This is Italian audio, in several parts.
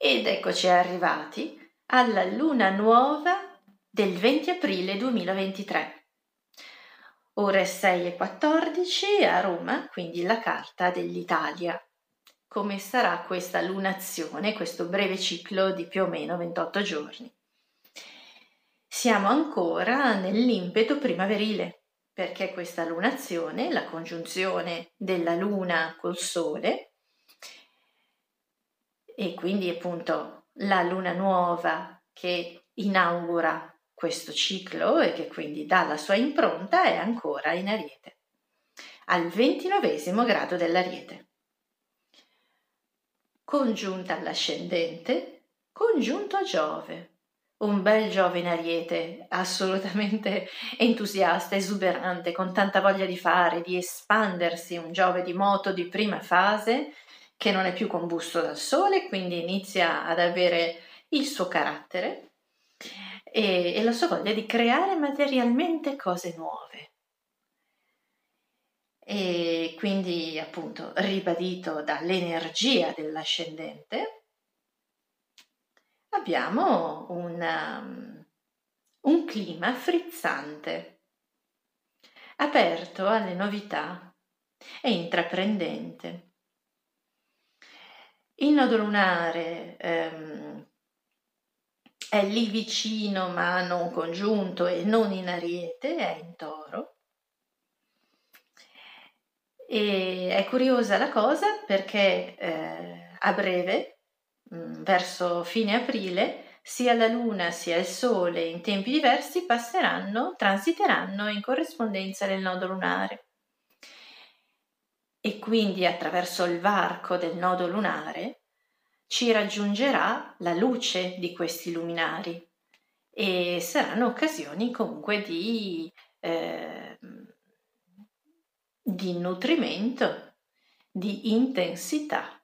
Ed eccoci arrivati alla luna nuova del 20 aprile 2023. Ore 6:14 a Roma, quindi la carta dell'Italia. Come sarà questa lunazione, questo breve ciclo di più o meno 28 giorni? Siamo ancora nell'impeto primaverile, perché questa lunazione, la congiunzione della luna col sole, e quindi appunto la luna nuova che inaugura questo ciclo e che quindi dà la sua impronta, è ancora in Ariete, al 29° grado dell'Ariete, congiunta all'ascendente, congiunto a Giove, un bel Giove in Ariete, assolutamente entusiasta, esuberante, con tanta voglia di fare, di espandersi, un Giove di moto di prima fase, che non è più combusto dal sole, quindi inizia ad avere il suo carattere e la sua voglia di creare materialmente cose nuove. E quindi appunto ribadito dall'energia dell'ascendente, abbiamo un clima frizzante, aperto alle novità e intraprendente. Il nodo lunare è lì vicino ma non congiunto e non in Ariete, è in Toro. E è curiosa la cosa perché a breve, verso fine aprile, sia la Luna sia il Sole in tempi diversi transiteranno in corrispondenza del nodo lunare. E quindi attraverso il varco del nodo lunare ci raggiungerà la luce di questi luminari e saranno occasioni comunque di nutrimento, di intensità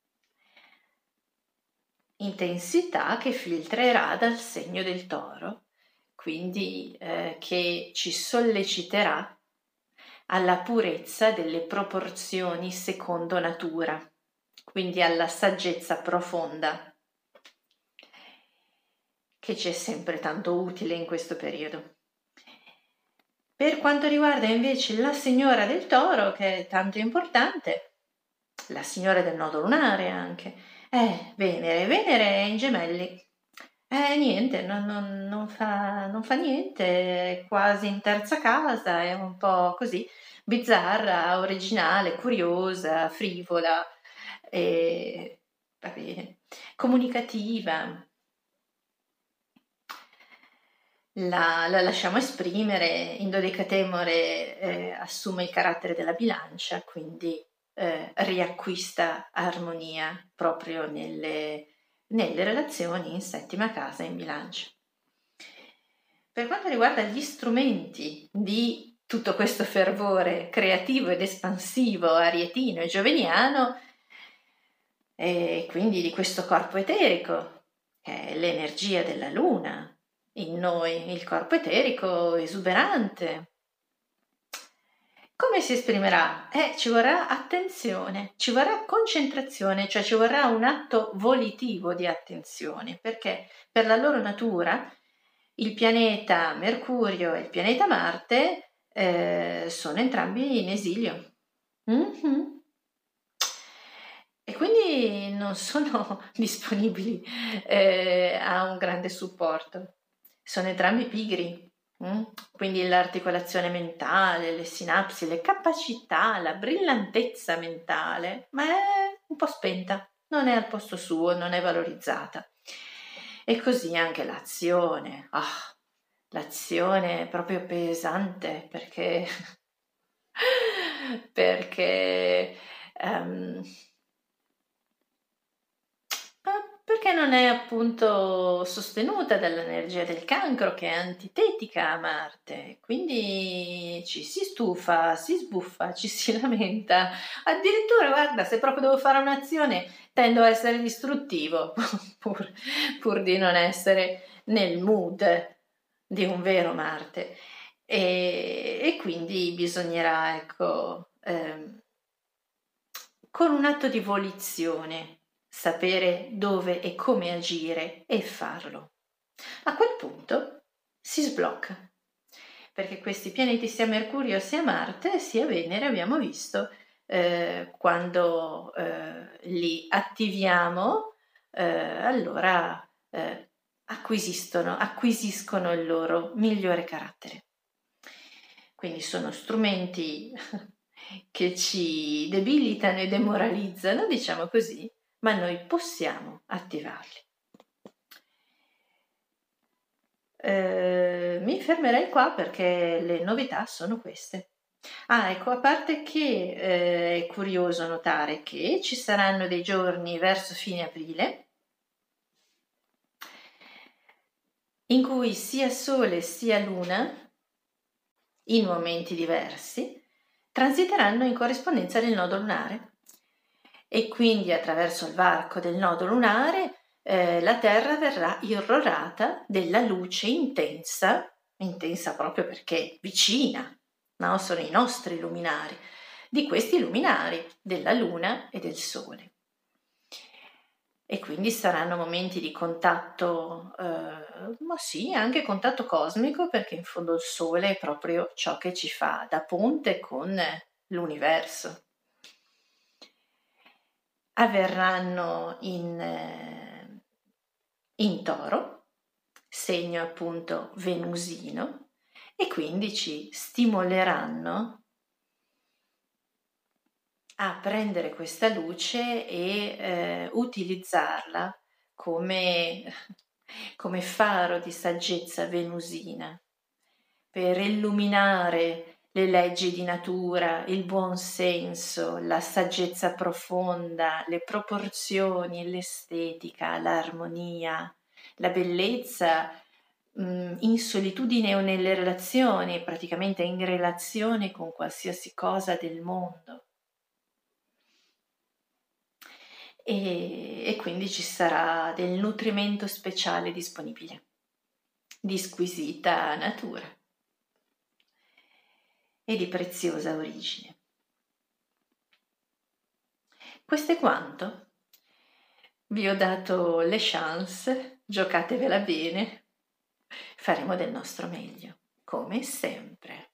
che filtrerà dal segno del Toro, quindi che ci solleciterà alla purezza delle proporzioni secondo natura, quindi alla saggezza profonda, che ci è sempre tanto utile in questo periodo. Per quanto riguarda invece la signora del Toro, che è tanto importante, la signora del nodo lunare anche, Venere è in Gemelli. Niente, non fa niente, è quasi in terza casa, è un po' così, bizzarra, originale, curiosa, frivola, va bene, comunicativa. La lasciamo esprimere, in Dodecatemore assume il carattere della bilancia, quindi riacquista armonia proprio nelle relazioni in settima casa in bilancia. Per quanto riguarda gli strumenti di tutto questo fervore creativo ed espansivo arietino e gioveniano, e quindi di questo corpo eterico, che è l'energia della luna in noi, il corpo eterico esuberante. Come si esprimerà? Ci vorrà attenzione, ci vorrà concentrazione, cioè ci vorrà un atto volitivo di attenzione, perché per la loro natura il pianeta Mercurio e il pianeta Marte sono entrambi in esilio. Mm-hmm. E quindi non sono disponibili a un grande supporto. Sono entrambi pigri. Quindi l'articolazione mentale, le sinapsi, le capacità, la brillantezza mentale, ma è un po' spenta, non è al posto suo, non è valorizzata. E così anche l'azione. L'azione è proprio pesante perché perché non è appunto sostenuta dall'energia del cancro, che è antitetica a Marte, quindi ci si stufa, si sbuffa, ci si lamenta, addirittura guarda, se proprio devo fare un'azione tendo a essere distruttivo pur di non essere nel mood di un vero Marte, e quindi bisognerà, ecco, con un atto di volizione, sapere dove e come agire e farlo. A quel punto si sblocca, perché questi pianeti, sia Mercurio sia Marte sia Venere, abbiamo visto, quando li attiviamo, allora acquisiscono il loro migliore carattere. Quindi sono strumenti che ci debilitano e demoralizzano, diciamo così, ma noi possiamo attivarli. Mi fermerei qua perché le novità sono queste. Ecco, a parte che è curioso notare che ci saranno dei giorni verso fine aprile in cui sia Sole sia Luna, in momenti diversi, transiteranno in corrispondenza del nodo lunare e quindi attraverso il varco del nodo lunare la Terra verrà irrorata della luce intensa proprio perché vicina, no? Sono i nostri luminari, di questi luminari della Luna e del Sole. E quindi saranno momenti di contatto, ma sì, anche contatto cosmico, perché in fondo il Sole è proprio ciò che ci fa da ponte con l'universo. Avverranno in Toro, segno appunto venusino, e quindi ci stimoleranno a prendere questa luce e utilizzarla come faro di saggezza venusina per illuminare le leggi di natura, il buon senso, la saggezza profonda, le proporzioni, l'estetica, l'armonia, la bellezza in solitudine o nelle relazioni, praticamente in relazione con qualsiasi cosa del mondo. E quindi ci sarà del nutrimento speciale disponibile, di squisita natura e di preziosa origine. Questo è quanto. Vi ho dato le chance, giocatevela bene, faremo del nostro meglio, come sempre.